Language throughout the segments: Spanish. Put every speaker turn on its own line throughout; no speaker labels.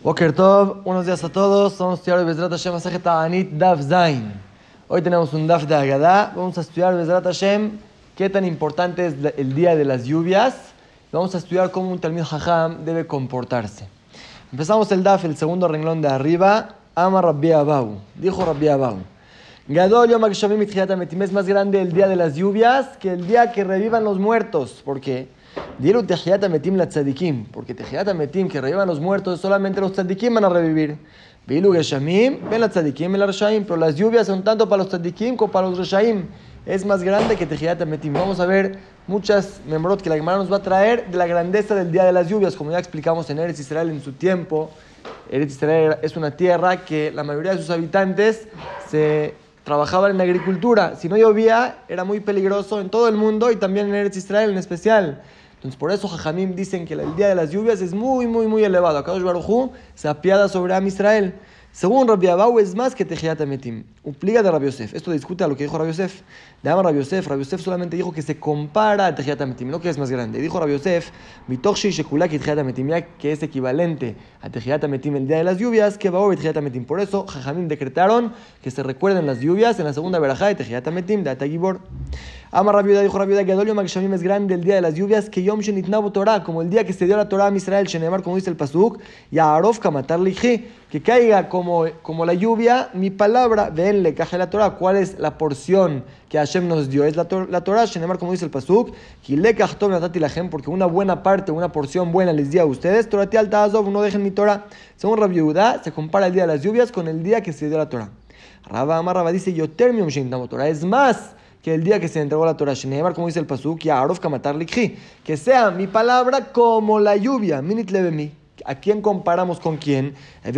Boker Tov, buenos días a todos. Vamos a estudiar Bezrat Hashem Masejet Ta'anit Daf Zain. Hoy tenemos un Daf de Agadá. Vamos a estudiar Bezrat Hashem qué tan importante es el día de las lluvias. Vamos a estudiar cómo un Talmid Jajam debe comportarse. Empezamos el Daf, el segundo renglón de arriba. Ama Rabbi Abau. Dijo Rabbi Abau: Gadol Yom HaGeshamim Mitchiyat HaMetim. Es más grande el día de las lluvias que el día que revivan los muertos. ¿Por qué? Diru Techiyat HaMetim la tzadikim, porque Techiyat HaMetim, que revivan los muertos, solamente los tzadikim van a revivir. Vilu Geshamim, ven la tzadikim, ven la reshaim, pero las lluvias son tanto para los tzadikim como para los reshaim. Es más grande que Techiyat HaMetim. Vamos a ver muchas membrot que la Gemara nos va a traer de la grandeza del día de las lluvias, como ya explicamos en Eretz Israel en su tiempo. Eretz Israel es una tierra que la mayoría de sus habitantes se trabajaban en la agricultura. Si no llovía, era muy peligroso en todo el mundo y también en Eretz Israel en especial. Entonces, por eso Jajamim dicen que el día de las lluvias es muy elevado. Akadosh Baruj Hu se apiada sobre Am Israel. Según Rabbi Abau, es más que Techiyat HaMetim. Upliga de Rabbi Yosef. Esto discute a lo que dijo Rabbi Yosef. De Rabbi Yosef. Rabbi Yosef solamente dijo que se compara a Techiyat HaMetim, no que es más grande. Dijo Rabbi Yosef, Mitochshi Shekulak y Techiyat HaMetim, ya que es equivalente a Techiyat HaMetim el día de las lluvias, que Baou y Techiyat HaMetim. Por eso Jajamim decretaron que se recuerden las lluvias en la segunda verajá de Techiyat HaMetim, de Atagibor. Ama Rabbi Yehuda, dijo Rabbi Yehuda, Gadol Yom HaGeshamim es grande el día de las lluvias, que Yom Shenitnabu Torah, como el día que se dio la Torah a Israel, Shenemar, como dice el Pasuk, Ya'arov Kamatar Lichi, que caiga como la lluvia mi palabra, venle, caja la Torah. ¿Cuál es la porción que Hashem nos dio? Es la Torah, Shenemar, como dice el Pasuk, Kilekach Tov Natati Lachem, porque una buena parte, una porción buena les di a ustedes, Torati al Ta'azov, no dejen mi Torah. Según Rabbi Yehuda, se compara el día de las lluvias con el día que se dio la Torah. Rabba dice, Yoter Yom Shenitnabu Torah, es más que el día que se entregó la Torah, Shenemar, como dice el Pasuk, Ya'arov Kamatar Likhi, que sea mi palabra como la lluvia, Minit Levemi. ¿A quién comparamos con quién?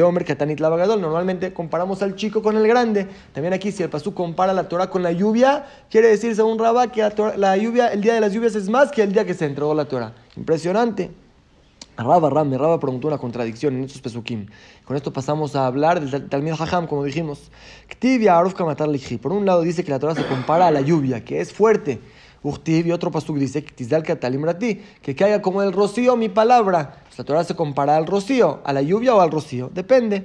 Normalmente comparamos al chico con el grande. También aquí, si el Pasuk compara la Torah con la lluvia, quiere decir, según Rabba, que la lluvia, el día de las lluvias es más que el día que se entregó la Torah. Impresionante. Rabba preguntó una contradicción en estos pesukim. Con esto pasamos a hablar del Talmid Jajam, como dijimos. Por un lado dice que la Torah se compara a la lluvia, que es fuerte. Y otro pasuk dice que caiga como el rocío mi palabra. Pues la Torah se compara al rocío, a la lluvia o al rocío, depende.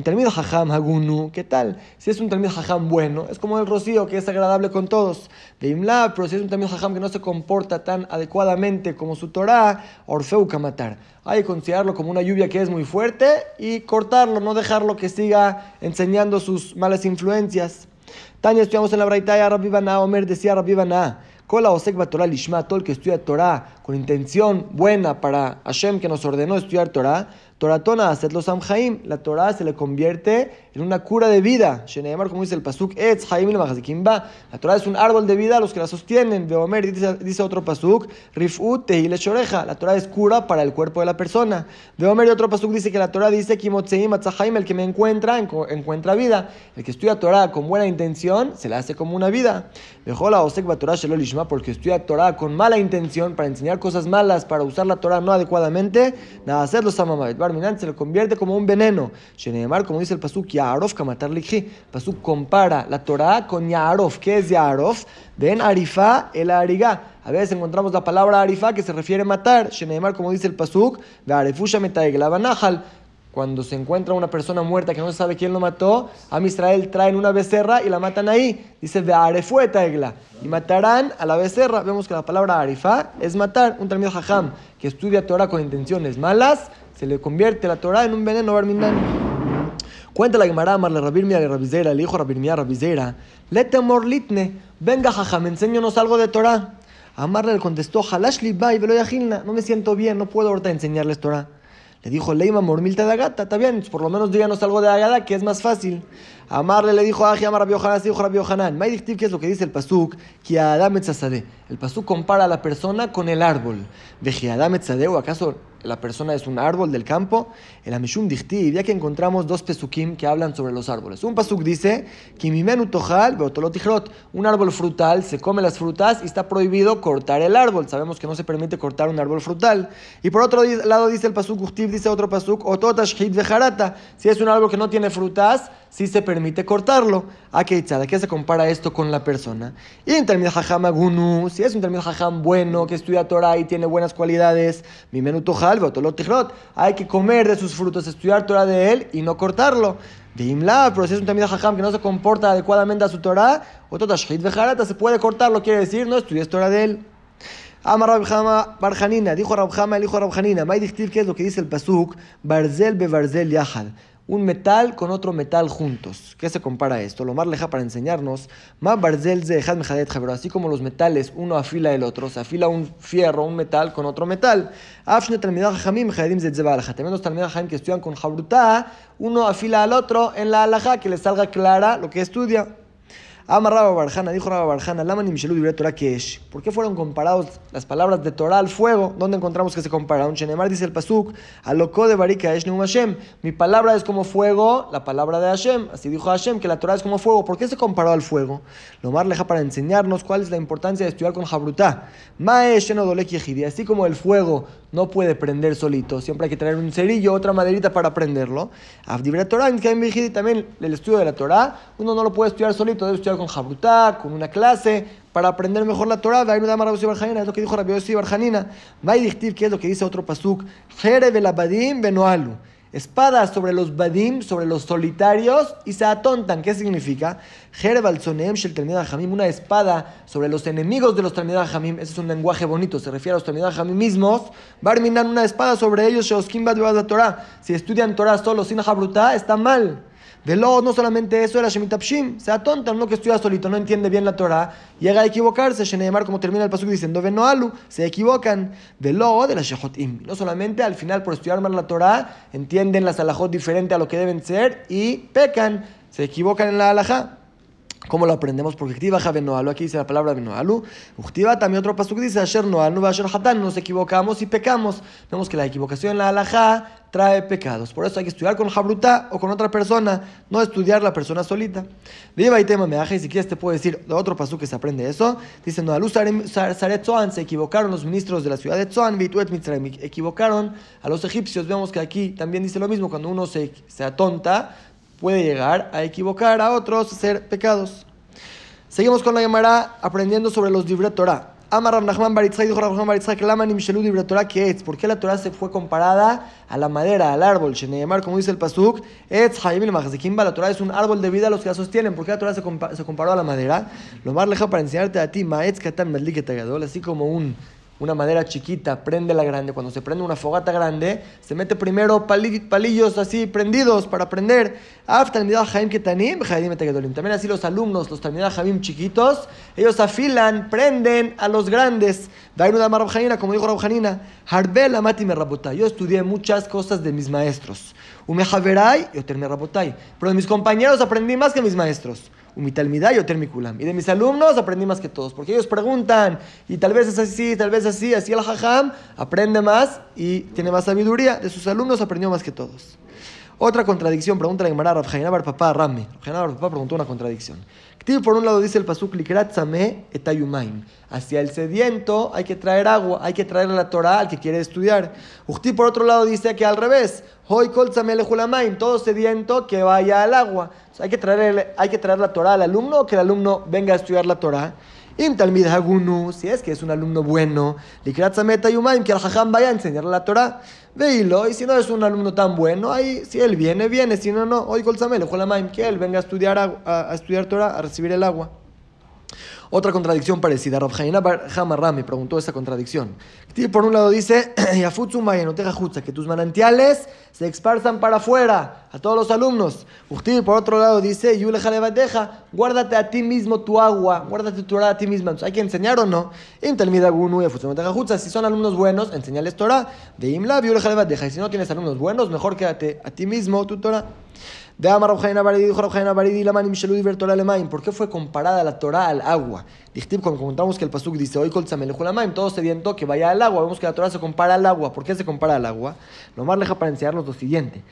¿Qué tal? Si es un Talmid Jajam bueno, es como el rocío, que es agradable con todos. Pero si es un Talmid Jajam que no se comporta tan adecuadamente como su Torah, Orfeu Kamatar. Hay que considerarlo como una lluvia que es muy fuerte y cortarlo, no dejarlo que siga enseñando sus malas influencias. Tania, estudiamos en la Braitaya, Rabbi Baná, Omer decía Rabbi Baná, Kola Osek Batorah Lishma, todo el que estudia Torah con intención buena para Hashem que nos ordenó estudiar Torah, Toratona Aset los Amhaim, la Torah se le convierte en una cura de vida. Sheneemar, como dice el Pasuk, Etz Haim el Ba. La Torah es un árbol de vida a los que la sostienen. Veomer, dice otro Pasuk, Rifut Tehile Shoreja, la Torah es cura para el cuerpo de la persona. Veomer, y otro Pasuk dice que la Torah dice, Kimotzeim Atzahaim, el que me encuentra vida. El que estudia Torah con buena intención, se la hace como una vida. Vejola Osek Batorah Shelo Lishma, porque estudia Torah con mala intención, para enseñar cosas malas, para usar la Torah no adecuadamente, nada hacer los Amamayet se le convierte como un veneno. Sheneemar, como dice el Pasuk, Ya'arov Kamatar Likhi. Pasuk compara la Torah con Ya'arov. ¿Qué es Ya'arov? Ven Arifá el Arigá. A veces encontramos la palabra Arifá que se refiere a matar. Sheneemar, como dice el Pasuk, Ve'arefusha Metaegla Banahal. Cuando se encuentra una persona muerta que no se sabe quién lo mató, a Israel traen una becerra y la matan ahí. Dice Ve'arefu Etaegla. Y matarán a la becerra. Vemos que la palabra Arifá es matar. Un Talmid Jajam que estudia Torah con intenciones malas, se le convierte la Torah en un veneno barminan. Cuenta la Gemara, Amarle Rabirmia de Rabizera, el hijo Rabirmia Rabizera, Letemor Litne, venga Jajam, enséñanos algo de Torah. Amarle le contestó, Halash Libai velo yajilna, no me siento bien, no puedo ahorita enseñarles Torah. Le dijo, Leima Mormilta de Agata, está bien, por lo menos díganos algo de Agada, que es más fácil. Amarle le dijo, Aji Amar Rabbi Yohanan, dijo Rabbi Yohanan, Maidiktiv, ¿qué es lo que dice el Pasuk? Ki Adam etzazadeh. El Pasuk compara a la persona con el árbol. Veji Adam etzadeh, ¿o acaso la persona es un árbol del campo? El Amishum Dichtiv, ya que encontramos dos pesukim que hablan sobre los árboles. Un pasuk dice, Kimimenu tochal veotolot tichrot. Un árbol frutal se come las frutas y está prohibido cortar el árbol. Sabemos que no se permite cortar un árbol frutal. Y por otro lado dice el pasuk Uchtiv, dice otro pasuk, Otot ashchit vejarata. Si es un árbol que no tiene frutas, sí se permite permite cortarlo. ¿A qué se compara esto con la persona? Y en Talmid Jajam Agunu, si es un Talmid Jajam bueno, que estudia Torah y tiene buenas cualidades, mi menú tojal, botolot tichrot, hay que comer de sus frutos, estudiar Torah de él y no cortarlo. De Imla, pero si es un Talmid Jajam que no se comporta adecuadamente a su Torah, o Totashhit Vejarata, se puede cortarlo, quiere decir, no estudies Torah de él. Amar Rab Jama Bar Hanina, dijo Rab Jama, el hijo de Rab Hanina, May Dichtiv, ¿qué es lo que dice el pasuk? Barzel be Barzel Yahad. Un metal con otro metal juntos. ¿Qué se compara esto? Lo más leja para enseñarnos. Ma barzel ze echad mechadet chavero. Así como los metales, uno afila el otro. Se afila un fierro, un metal con otro metal. Afshne talmidach hachamim mechadedim ze tzeva alajá. También los talmidach hachamim que estudian con jabrutá, uno afila al otro en la alajá, que les salga clara lo que estudia. Amar Rabba Barjana, dijo Rabba Barjana, Lama ni Mishelu Dibre Torah Kesh. ¿Por qué fueron comparados las palabras de Torah al fuego? ¿Dónde encontramos que se compararon? Shenemar dice el pasuk, Aloko de Barika Esh Neum Hashem. Mi palabra es como fuego, la palabra de Hashem. Así dijo Hashem, que la Torah es como fuego. ¿Por qué se comparó al fuego? Lo más leja para enseñarnos cuál es la importancia de estudiar con Jabrutá. Maesh no dolek yehidi. Así como el fuego no puede prender solito, siempre hay que traer un cerillo, otra maderita para prenderlo. Avdibre Torah, también el estudio de la Torah, uno no lo puede estudiar solito, debe estudiar con Jabrutá, con una clase, para aprender mejor la Torah. Es lo que dijo Rabbi Yossi Bar Hanina. Vaidichtiv, que es lo que dice otro pasuk, Jere velabadim benoalu. Espadas sobre los badim, sobre los solitarios, y se atontan. ¿Qué significa? Jere balzoneem shel talmidei hajamim, una espada sobre los enemigos de los talmidei hajamim. Ese es un lenguaje bonito, se refiere a los talmidei hajamim mismos. Barminan, una espada sobre ellos, sheoskim bad Torah. Si estudian Torah solo sin Jabrutá, está mal. Velo, no solamente eso, era Shemitapshim, se atontan, uno que estudia solito, no entiende bien la Torah, llega a equivocarse, Sheneemar, como termina el pasuk diciendo, Venoalu, se equivocan, Velo de la Shechotim, no solamente al final por estudiar mal la Torah, entienden las alajot diferente a lo que deben ser y pecan, se equivocan en la alajá. ¿Cómo lo aprendemos? Porque Ktiva Jave Noalu, aquí dice la palabra Noalu. Uktiva también otro paso que dice Asher Noalu, Asher Hatan, nos equivocamos y pecamos. Vemos que la equivocación en la halajá trae pecados. Por eso hay que estudiar con Jabrutá o con otra persona, no estudiar la persona solita. Viva y tema meaje, y si quieres te puedo decir de otro paso que se aprende eso. Dice Noalu Saret Zoan, se equivocaron los ministros de la ciudad de Zoan, Vituet Mitzrayim, equivocaron a los egipcios. Vemos que aquí también dice lo mismo, cuando uno se atonta, puede llegar a equivocar a otros, hacer pecados. Seguimos con la Gemara aprendiendo sobre los Divrei Torah. Amar Rav Nachman bar Yitzchak, dijo Rav Nachman bar Yitzchak, Lama nimshelu Divrei Torah keetz. ¿Por qué la Torah se fue comparada a la madera, al árbol? Sheneemar, como dice el pasuk, etz hayimil machzikim ba. La Torah es un árbol de vida a los que la sostienen. ¿Por qué la Torah se comparó a la madera? Lo más lejos para enseñarte a ti, maetz katan madlik etagadol, así como una madera chiquita prende la grande. Cuando se prende una fogata grande, se mete primero palillos así prendidos para prender. También así los alumnos, los talmidei hajamim chiquitos, ellos afilan, prenden a los grandes. Como dijo Rab Hanina, Harbel amati me rabotai. Yo estudié muchas cosas de mis maestros. Umehaverai yoter me rabotai. Pero de mis compañeros aprendí más que mis maestros. Mi talmidai yoter mikulam. Y de mis alumnos aprendí más que todos, porque ellos preguntan, y tal vez es así, tal vez así el jajam aprende más y tiene más sabiduría. De sus alumnos aprendió más que todos. Otra contradicción, pregunta la Gemara, Rav Chaim bar Papá Rami. Rav Chaim bar Papá preguntó una contradicción. Por un lado dice el pasuk, Likrat Sameh etayumaim. Hacia el sediento hay que traer agua, hay que traerle la Torah al que quiere estudiar. Uchti por otro lado dice que al revés, Hoy kol tzameh lehulamaim, todo sediento que vaya al agua. O sea, hay que traer la Torah al alumno o que el alumno venga a estudiar la Torah. Im talmid hagunu, si es que es un alumno bueno, Likrat Sameh etayumaim, que el jajam vaya a enseñarle la Torah. Veilo, y si no es un alumno tan bueno, ahí si él viene, si no, no. Hoy kol tzameh lehulamaim, que él venga a estudiar Torah, a recibir el agua. Otra contradicción parecida. Rav Chaim bar Rami preguntó esa contradicción. Por un lado dice, que tus manantiales se esparzan para afuera, a todos los alumnos. Por otro lado dice, guárdate a ti mismo tu agua, guárdate tu Torah a ti misma. Entonces, ¿hay que enseñar o no? Si son alumnos buenos, enseñales Torah. Y si no tienes alumnos buenos, mejor quédate a ti mismo tu Torah. ¿Por qué fue comparada la Torah al agua? Cuando contamos que el pasuk dice, hoy kol tzameh lehulamaim, todo sediento que vaya al agua. Vemos que la Torah se compara al agua. ¿Por qué se compara al agua? Lo más lejos para enseñarnos explicarnos lo siguiente.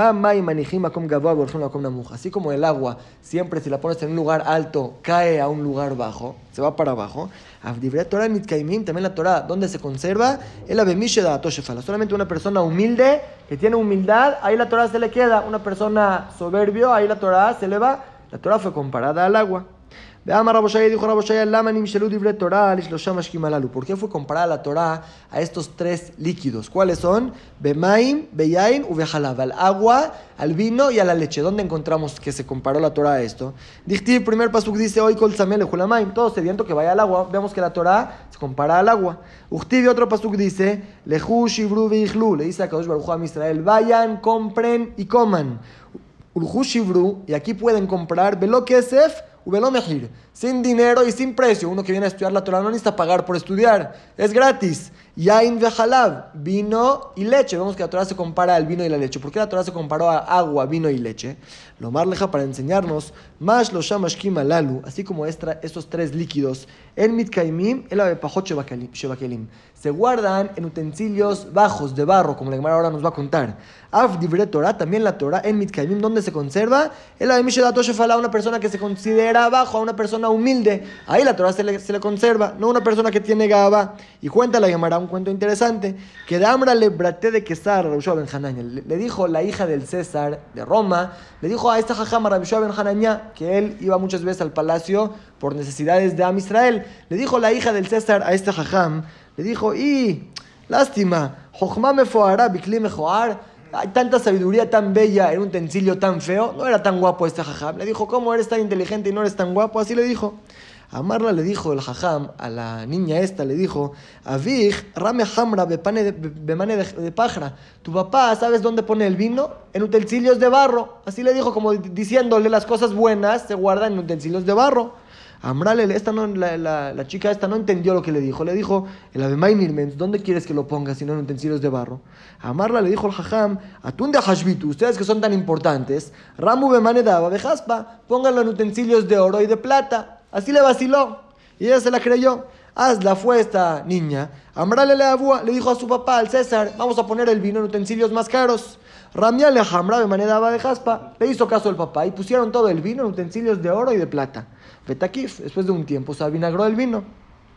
Así como el agua, siempre si la pones en un lugar alto, cae a un lugar bajo, se va para abajo. También la Torah, donde se conserva, solamente una persona humilde, que tiene humildad, ahí la Torah se le queda. Una persona soberbio, ahí la Torah se le va. La Torah fue comparada al agua. ¿Por qué fue comparada la Torah a estos tres líquidos? ¿Cuáles son? Bemaim, beyain u bejalab. Al agua, al vino y a la leche. ¿Dónde encontramos que se comparó la Torah a esto? Dichtiv, primer pasuk dice, hoy kol tzameh lehulamaim. Todo sediento que vaya al agua. Vemos que la Torah se compara al agua. Uchtiv, otro pasuk dice, lehu shivru veichlu. Le dice a Kadosh Baruj Hu a Israel, vayan, compren y coman. Ulhu shivru, y aquí pueden comprar velo kesef u velo mehir, sin dinero y sin precio. Uno que viene a estudiar la Torah no necesita pagar por estudiar, es gratis. Yain vejalab, vino y leche. Vemos que la Torah se compara al vino y la leche. ¿Por qué la Torah se comparó a agua, vino y leche? Lo marleja para enseñarnos, mash lo shamashkim alalu, así como estos tres líquidos, el mitkaimim, el abepajot shebakelim, se guardan en utensilios bajos de barro, como la Gemara ahora nos va a contar. Af divrei Torah, también la Torah, en mitkaimim, ¿dónde se conserva? El abemishadato shefala, una persona que se considera bajo, a una persona humilde. Ahí la Torah se le conserva, no una persona que tiene gaba. Y cuenta la Gemara un cuento interesante, que de Amra le braté de Quesar, le dijo la hija del César de Roma, le dijo a esta jajama Rabbi Yoshua ben Hanania, que él iba muchas veces al palacio por necesidades de Am Israel. Le dijo la hija del César a este jajam, le dijo, lástima, jochma mefoara bikli mejoar, hay tanta sabiduría tan bella en un utensilio tan feo, no era tan guapo este jajam. Le dijo, ¿cómo eres tan inteligente y no eres tan guapo? Así le dijo. A Marla le dijo el jajam, a la niña esta le dijo, Avij, rame hamra bemane de pájara. Tu papá, ¿sabes dónde pone el vino? En utensilios de barro. Así le dijo, como diciéndole, las cosas buenas se guardan en utensilios de barro. Amrale, la chica esta no entendió lo que le dijo. Le dijo, el Abemay Nirmens, ¿dónde quieres que lo pongas si no en utensilios de barro? A Marla le dijo el jajam, atún de hashbitu, ustedes que son tan importantes, Ramu bemane daba bejaspa, pónganlo en utensilios de oro y de plata. Así le vaciló. Y ella se la creyó. Hazla fue esta niña. Amrale le dijo a su papá, al César, vamos a poner el vino en utensilios más caros. Ramia le hamra de manera de jaspa. Le hizo caso el papá y pusieron todo el vino en utensilios de oro y de plata. Betakif, después de un tiempo se avinagró el vino.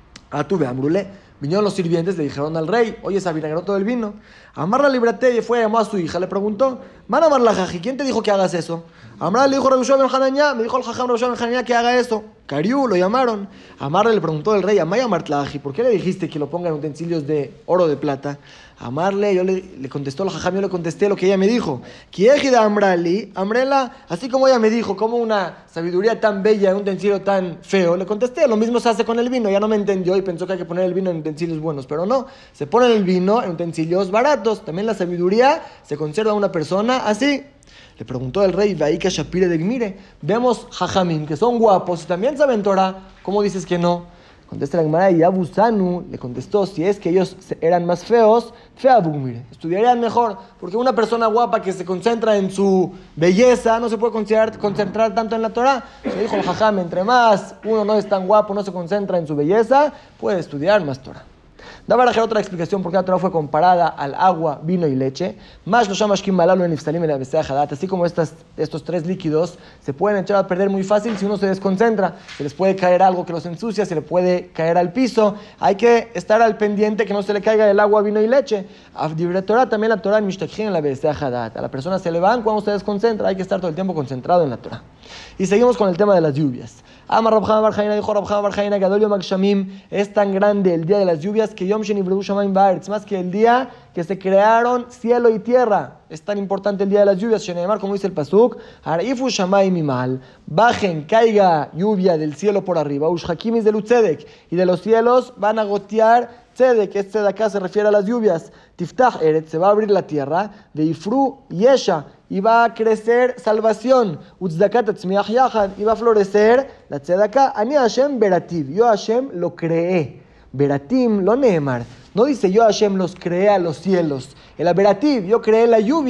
Tuve ambrule. Vinieron los sirvientes, le dijeron al rey, oye, se avinagró todo el vino. Amarla librate y fue, llamó a su hija, le preguntó, Mana Marlajaji, ¿quién te dijo que hagas eso? Amarla le dijo Rabbi Yoshua ben Hanania, me dijo el jajam Rabbi Yoshua ben Hanania que haga eso. Cariú, lo llamaron. Amarla le preguntó al rey, Amaya Martlaji, ¿por qué le dijiste que lo ponga en utensilios de oro de plata? Amarle, le contestó el jajam, yo le contesté lo que ella me dijo. Kiejida Amrali, Amrela, así como ella me dijo, como una sabiduría tan bella en un utensilio tan feo, le contesté, lo mismo se hace con el vino. Ya no me entendió y pensó que hay que poner el vino en utensilios buenos, pero no, se pone el vino en utensilios baratos. También la sabiduría se conserva a una persona así. Le preguntó el rey, Vaika Shapire de Gmire, vemos jajamim que son guapos y también saben Torah, ¿cómo dices que no? Contesta la Gemara y Abu Sanu le contestó, si es que ellos eran más feos, fea Bugmire, estudiarían mejor, porque una persona guapa que se concentra en su belleza no se puede concentrar tanto en la Torah. Se dijo el jajam, entre más uno no es tan guapo, no se concentra en su belleza, puede estudiar más Torah. Daba a otra explicación por qué la Torah fue comparada al agua, vino y leche. Más los shamashkim malalu en ifsalim en la hadat. Así como estos tres líquidos se pueden echar a perder muy fácil si uno se desconcentra. Se les puede caer algo que los ensucia, se le puede caer al piso. Hay que estar al pendiente que no se le caiga el agua, vino y leche. Avdibre Torah, también la Torah en mishtakhin en la hadat. A la persona se le van cuando se desconcentra. Hay que estar todo el tiempo concentrado en la Torah. Y seguimos con el tema de las lluvias. Amar Rabjama Barjaina, dijo Rabjama Barjaina, Gadol Yom HaGshamim, es tan grande el día de las lluvias que Yom Shenivru Shamayim Ba'aretz, más que el día que se crearon cielo y tierra. Es tan importante el día de las lluvias, Sheneemar, como dice el Pasuk, Harifu Shamayim Imal, bajen, caiga lluvia del cielo por arriba, Ushhakimis de Lutzedek, y de los cielos van a gotear Tzedek, que acá se refiere a las lluvias. Tiftach Eretz, se va a abrir la tierra, de Ifru Yesha, y va a crecer salvación. Utzdakat atzmiach yachad, y va a florecer la tzedakah. Ani Hashem berativ, yo Hashem lo creé. Beratim lo neemar. No dice yo Hashem los creé a los cielos. El berativ, yo creé la lluvia.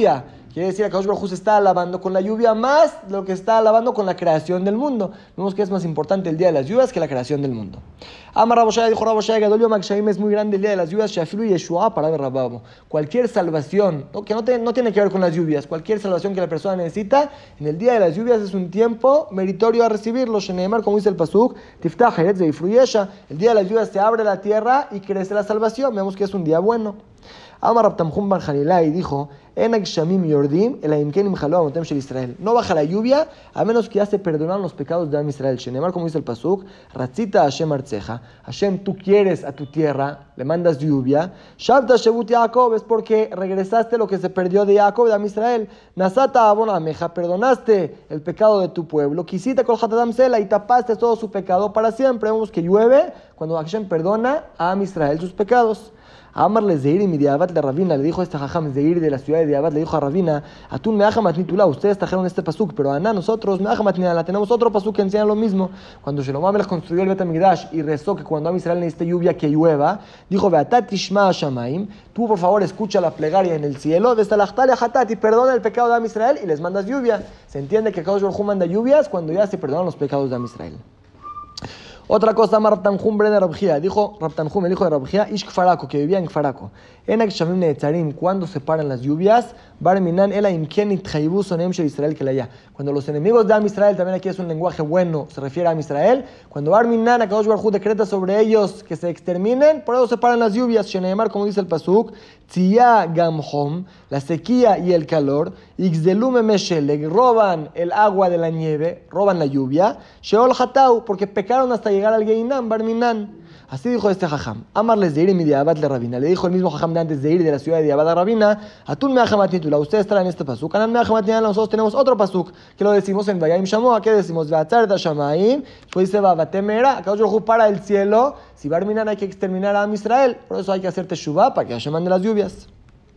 Quiere decir que Akadosh Baruj Hu se está alabando con la lluvia más de lo que está alabando con la creación del mundo. Vemos que es más importante el día de las lluvias que la creación del mundo. Amar Raboshaya, dijo Raboshaya, Gadol Yom HaGshaim, es muy grande el día de las lluvias, Shafilu Yeshua para ver Rababo. Cualquier salvación, ¿no? Que no tiene que ver con las lluvias, cualquier salvación que la persona necesita, en el día de las lluvias es un tiempo meritorio a recibirlo. Sheneemar, como dice el Pasuk, Tiftah Haaretz veifruyesha, el día de las lluvias se abre la tierra y crece la salvación. Vemos que es un día bueno. Amar Rab Tamjum bar Hanilai dijo, no baja la lluvia a menos que ya se perdonaron los pecados de Am Israel. Shenemar, como dice el Pasuk, Ratzita Hashem Artzeja, Hashem, tú quieres a tu tierra, le mandas lluvia. Shabta Shebut Yaakov, es porque regresaste lo que se perdió de Jacob, de Am Israel. Nasata Abon Ameja, perdonaste el pecado de tu pueblo. Quisita Kol Hatadam Sela, y tapaste todo su pecado para siempre. Vemos que llueve cuando Hashem perdona a Am Israel sus pecados. Amarle Zeir y Midiabat le Ravina, le dijo este Jajam Zeir de la ciudad de Diabat, le dijo a Ravina, Atún Meajamat Nitula, ustedes trajeron este pasuk, pero Aná, nosotros, Meajamat Nitula, tenemos otro pasuk que enseña lo mismo. Cuando Shlomo Amelech construyó el Bet HaMikdash y rezó que cuando Am Israel necesite lluvia que llueva, dijo, Beatat Tishma Shamaim, tú por favor escucha la plegaria en el cielo, Vestalachtalia Hatat, y perdona el pecado de Am Israel y les mandas lluvia. Se entiende que Akadosh Baruj Hu manda lluvias cuando ya se perdonan los pecados de Am Israel. Otra cosa, Amar Rab Tanjum ben Rabjía, dijo Rab Tanjum, el hijo de Rabjía, Ish Kfaraco, que vivía en Kfaraco. En Akshamim Neetzarim, cuando se paran las lluvias, Bar Minan Ela Imken Itchaybu Sonem Shel Israel Kelaya. Cuando los enemigos de Am Israel, también aquí es un lenguaje bueno, se refiere a Am Israel, cuando Bar Minan, Akadosh Baruj Hu decreta sobre ellos que se exterminen, por eso se paran las lluvias. Sheneemar, como dice el Pasuk, Tzia Gamhom, la sequía y el calor, Ixzelume Mesheleg, roban el agua de la nieve, roban la lluvia, Sheol Hatau, porque pecaron hasta llegar al Geinam, Barminan. Así dijo este Jajam. Amarles de ir y Midiabat le Rabina. Le dijo el mismo Jajam de antes de ir de la ciudad de Diabat a Rabina, Atún Meajamat Nitula, ustedes traen este pasuk, Anan Meajamat Nitula, nosotros tenemos otro pasuk, que lo decimos en Vayim Shamoa, que decimos, Vatzar da Shamaim, pues dice, Vatemera, Akadosh Baruj Hu para el cielo, si Barminan hay que exterminar a Am Israel, por eso hay que hacer teshuvah para que Hashem mande las lluvias.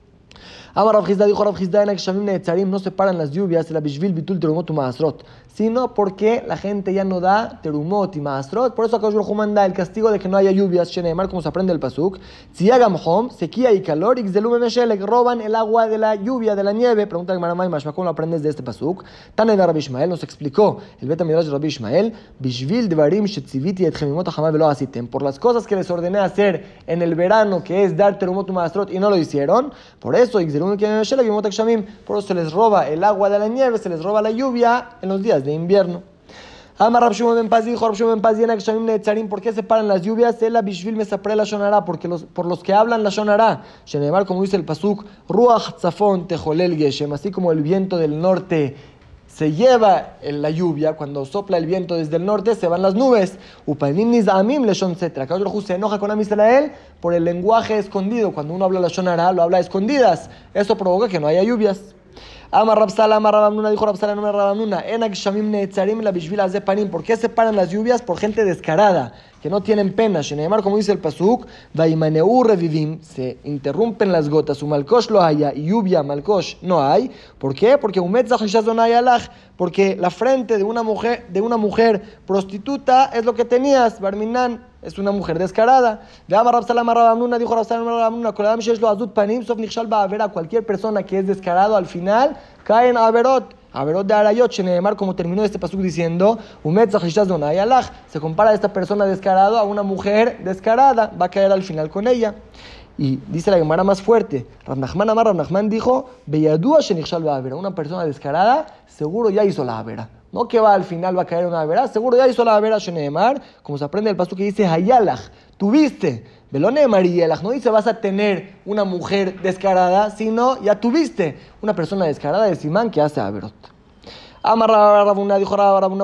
Amar Rav Chizda, dijo Rav Chizda, en Akshamim Neetzarim no se paran las lluvias, la Bishvil Bitul Terumot y Maasrot, sino porque la gente ya no da Terumot y Maasrot, por eso Akadosh Baruj Hu manda el castigo de que no haya lluvias, Sheneemar, como se aprende el Pasuk, Tziagam Hom, sequía y calor, Ixzelume Meshelek, roban el agua de la lluvia, de la nieve. Pregunta el Maramay Mashma, ¿cómo lo aprendes de este Pasuk? Tane de Rabbi Ishmael nos explicó el Bet HaMidrash de Rabbi Ishmael, Bishvil Dvarim Shetziviti et Chemimot HaChamay velo asitem, por las cosas que les ordené hacer en el verano, que es dar Terumot y Maasrot, y no lo hicieron, por eso Ixzelume Meshelek, por eso se les roba el agua de la nieve, se les roba la lluvia en los días de invierno. Amar Rab Shimon ben Paz, dijo Rab Shimon ben Paz, en Akshamim Neetzarim, ¿por qué se paran las lluvias? Ela Bishvil Mesapre la Shonara, porque por los que hablan la Shonara. Sheneemar, como dice el Pasuk, Ruach Tzafon Tejolel Geshem, así como el viento del norte se lleva la lluvia, cuando sopla el viento desde el norte, se van las nubes. Upanim Nizamim Leshon Setra. Akadosh Baruj Hu se enoja con Am Israel por el lenguaje escondido. Cuando uno habla la Shonara, lo habla a escondidas. Eso provoca que no haya lluvias. Amar Rabsala, Amar Rabamnuna, dijo Rabsala, no me Rabamnuna, en Akshamim Neetzarim la Bishvil Azepanim. ¿Por qué se paran las lluvias? Por gente descarada, que no tienen pena. Sheneemar, como dice el Pasuk, Vaimaneu revivim, se interrumpen las gotas, Malkosh lo haya, y lluvia, Malkosh no hay. ¿Por qué? Porque Umetzach Shazonay Alach, porque la frente de una mujer prostituta es lo que tenías, Barminan. Es una mujer descarada. De Amar Rabsalam Rabamnuna, dijo Rabsalam Rabamnuna, Koladam Shesh lo Azut Panim, Sof Nichshal Ba'avera, cualquier persona que es descarado al final cae en Averot de Arayot. Sheneemar, como terminó este pasuk diciendo, Umetzach Shazonay Alach, se compara a esta persona descarado a una mujer descarada, va a caer al final con ella. Y dice la Gemara más fuerte, Rav Nachman dijo, Beyadua Shenichshal Ba'avera, una persona descarada seguro ya hizo la Avera. No que al final va a caer una Avera, seguro ya hizo la Avera. Sheneemar, como se aprende el pasuk que dice, Hayalach, tuviste, Belone Mariyelach, no dice vas a tener una mujer descarada, sino ya tuviste una persona descarada de Simán que hace Averot. Amar Rabuna, dijo Rabuna,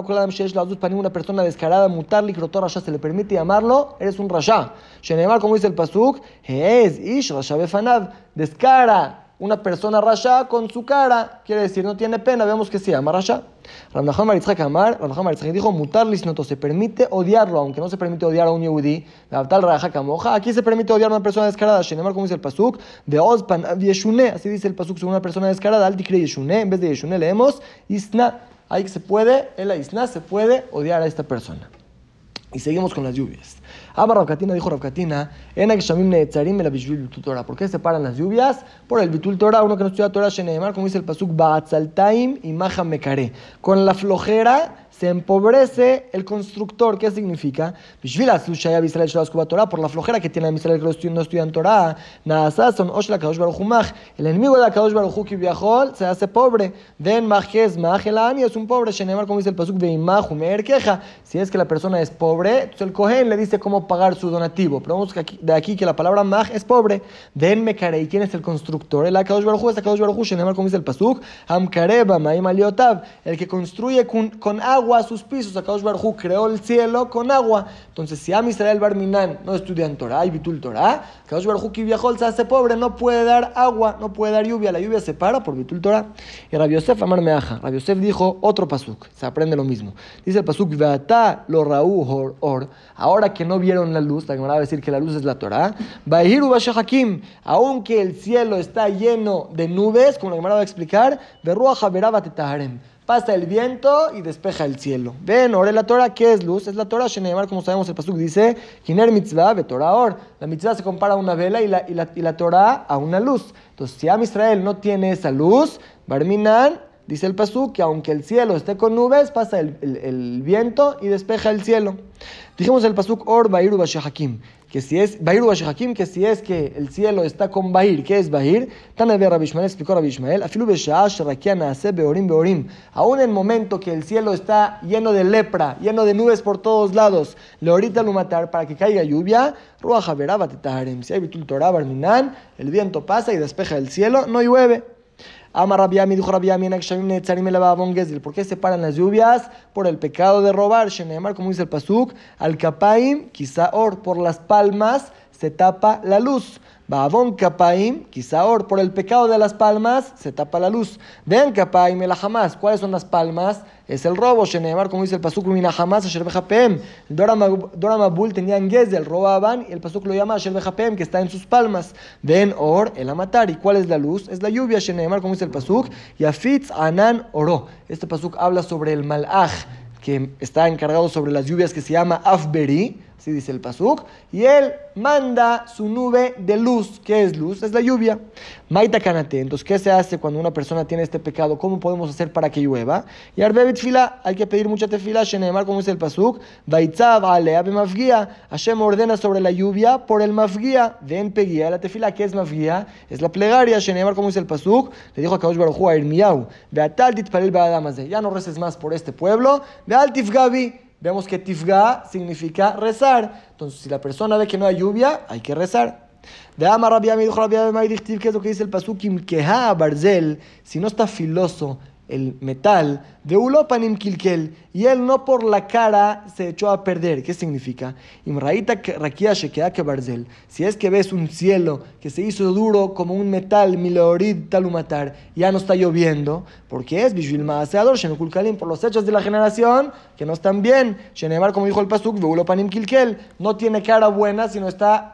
una persona descarada, mutarli, krotor rasha, se le permite llamarlo, eres un rasha. Sheneemar, como dice el pasuk, es ish rasha befanav, descara una persona rasha con su cara, quiere decir no tiene pena, vemos que se llama rasha. Rav Nachman bar Yitzchak Amar, Rav Nachman bar Yitzchak dijo, mutar lisnoto, se permite odiarlo, aunque no se permite odiar a un yehudí, aquí se permite odiar a una persona descarada. Sheneemar, como dice el pasuk, de Ozpan Yeshune, así dice el pasuk sobre una persona descarada, al dikre Yeshune, en vez de Yeshune leemos Isna, ahí se puede, el Isna se puede odiar a esta persona. Y seguimos con las lluvias. Amar Rav Katina, dijo Rav Katina, en Akshamim Neetzarim el Bishvil Bitul Torah. ¿Por qué se paran las lluvias? Por el Bitul Torah. Uno que no estudia Torah, Sheneemar, como dice el pasuk, Ba'atzaltaim y Maja Mekare. Con la flojera se empobrece el constructor. ¿Qué significa? Bishvil Azlushaya Bisrael Shelo Askuba Torah, por la flojera que tiene Israel que no estudian Torah. Naasason Oshla Kadosh Baruch Hu Mach. El enemigo de Kadosh Baruch Hu que viajó se hace pobre. Den Majes Majelani es un pobre. Sheneemar, como dice el pasuk, Veimach Umeer Queja. Si es que la persona es pobre, entonces el Kohen le dice cómo pagar su donativo. Pero vamos de aquí que la palabra Mach es pobre. Den Mekare. ¿Y quién es el constructor? El Kadosh Baruch Hu es Kadosh Baruch Hu. Sheneemar, como dice el pasuk, Amkareba Maim Aliotav. El que construye con agua a sus pisos. Akadosh Baruj Hu creó el cielo con agua. Entonces, si Am Israel Barminan no estudian Torah y Bitul Torah, Akadosh Baruj Hu Kiviahol se hace pobre, no puede dar agua, no puede dar lluvia. La lluvia se para por Bitul Torah. Y Rabbi Yosef Amar Meaja. Rabbi Yosef dijo otro pasuk. Se aprende lo mismo. Dice el pasuk, Veata lo raú or. Ahora que no vieron la luz, la Gemara va a decir que la luz es la Torah. Bahiru Bashahakim. Aunque el cielo está lleno de nubes, como la Gemara va a explicar, Berruach Haberava Tetaharem. Pasa el viento y despeja el cielo. Ven, ore la Torah, ¿qué es luz? Es la Torah, Sheneemar, como sabemos el pasuk dice, Kiner mitzvah ve Torah or. La mitzvah se compara a una vela y la Torah a una luz. Entonces, si Am Israel no tiene esa luz, Barminan, dice el pasuk, que aunque el cielo esté con nubes, pasa el viento y despeja el cielo. Dijimos el pasuk, or Bahiru Bashahakim. Que si es Bahiru Bashahakim, que si es que el cielo está con Bahir, ¿qué es Bahir? Tana de Rabbi Ishmael, explicó Rabbi Ishmael, afilu b'sha'ah sherakia na'aseh beorim. Aún en el momento que el cielo está lleno de lepra, lleno de nubes por todos lados, leorita lumatar, para que caiga lluvia, ruach haverá tetaharem. Si hay bitul Torah barminan, el viento pasa y despeja el cielo, no llueve. Amar Rabbi Ami, dijo Rabbi Ami, ¿por qué se paran las lluvias? Por el pecado de robar. Sheneemar, como dice el pasuk, al kapaim, kisaor, por las palmas se tapa la luz. Ba'avon kapaim, kisaor, por el pecado de las palmas se tapa la luz. Vean kapaim el hamas. ¿Cuáles son las palmas? Es el robo. Sheneemar, como dice el pasuk, mina hamas asher bejapem. Dora Mabul tenían gezel, robaban, y el pasuk lo llama asher bejapem, que está en sus palmas. Ven or, el amatar. ¿Y cuál es la luz? Es la lluvia. Sheneemar, como dice el pasuk, yafitz anan oro. Este pasuk habla sobre el malach, que está encargado sobre las lluvias, que se llama Afberi, así dice el pasuk, y él manda su nube de luz. ¿Qué es luz? Es la lluvia. Maita kanate. Entonces, ¿qué se hace cuando una persona tiene este pecado? ¿Cómo podemos hacer para que llueva? Y arbebit fila, hay que pedir mucha tefila. Sheneemar, como dice el pasuk, vaitzav alea bemafgia. Hashem ordena sobre la lluvia por el mafgia. Ven peguía la tefila. ¿Qué es mafgia? Es la plegaria. Sheneemar, como dice el pasuk, le dijo a Kadosh Baruch Hu a Irmiyahu, veatal titpalel be'adamazeh. Ya no reces más por este pueblo. Veal tifgavi. Vemos que tifga significa rezar. Entonces, si la persona ve que no hay lluvia, hay que rezar. De Amar Rabbi Ami, dijo Rabbi Ami, ¿qué es lo que dice el pasuk? Imkeha barzel, si no está filoso el metal, de ulopanim kilkel, y él no por la cara se echó a perder. ¿Qué significa? Imraita rakia shekea que barzel. Si es que ves un cielo que se hizo duro como un metal, mileorid talumatar, ya no está lloviendo, porque es bishvil maaseador shenukul kalim, por los hechos de la generación que no están bien. Shenemar, como dijo el pasuk, de ulopanim kilkel, no tiene cara buena, sino está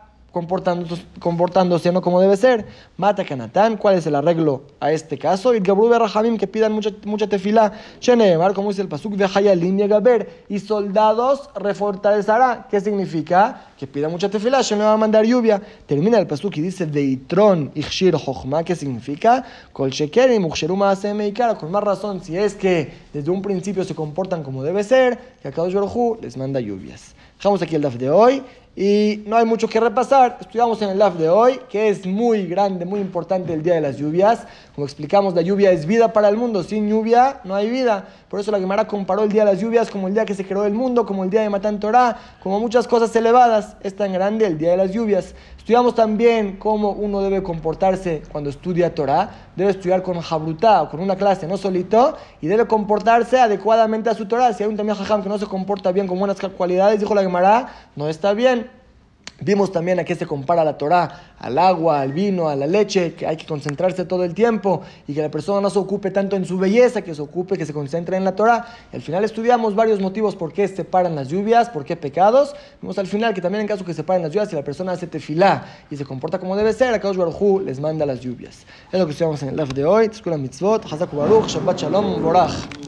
comportándose no como debe ser. Mata Canatán, ¿cuál es el arreglo a este caso? Y Gabru Berrahamim, que pidan mucha tefilá. Sheneemar, como dice el pasuk, Vejayalim y Gaber, y soldados refortalecerá. ¿Qué significa? Que pidan mucha tefilá, Sheneemar va a mandar lluvia. Termina el pasuk y dice Veitron Ichshir Jochma, ¿qué significa? Kol Shekerim Uchsheru Maaseh Meikara, con más razón, si es que desde un principio se comportan como debe ser, que a Kadosh Baruj Hu les manda lluvias. Dejamos aquí el daf de hoy. Y no hay mucho que repasar. Estudiamos en el daf de hoy, que es muy grande, muy importante el día de las lluvias. Como explicamos, la lluvia es vida para el mundo. Sin lluvia no hay vida. Por eso la Gemara comparó el día de las lluvias como el día que se creó el mundo, como el día de Matan Torah, como muchas cosas elevadas. Es tan grande el día de las lluvias. Estudiamos también cómo uno debe comportarse cuando estudia Torah. Debe estudiar con Jabrutá o con una clase, no solito, y debe comportarse adecuadamente a su Torah. Si hay un Tamil Jajam que no se comporta bien con buenas cualidades, dijo la Gemara, no está bien. Vimos también a qué se compara la Torah, al agua, al vino, a la leche, que hay que concentrarse todo el tiempo y que la persona no se ocupe tanto en su belleza, que se concentre en la Torah. Y al final estudiamos varios motivos por qué se paran las lluvias, por qué pecados. Vimos al final que también en caso que se paren las lluvias, si la persona hace tefilá y se comporta como debe ser, a Kadosh Baruj Hu les manda las lluvias. Es lo que estudiamos en el daf de hoy. Tzkula mitzvot, Hazak Baruch, Shabbat Shalom, Borach.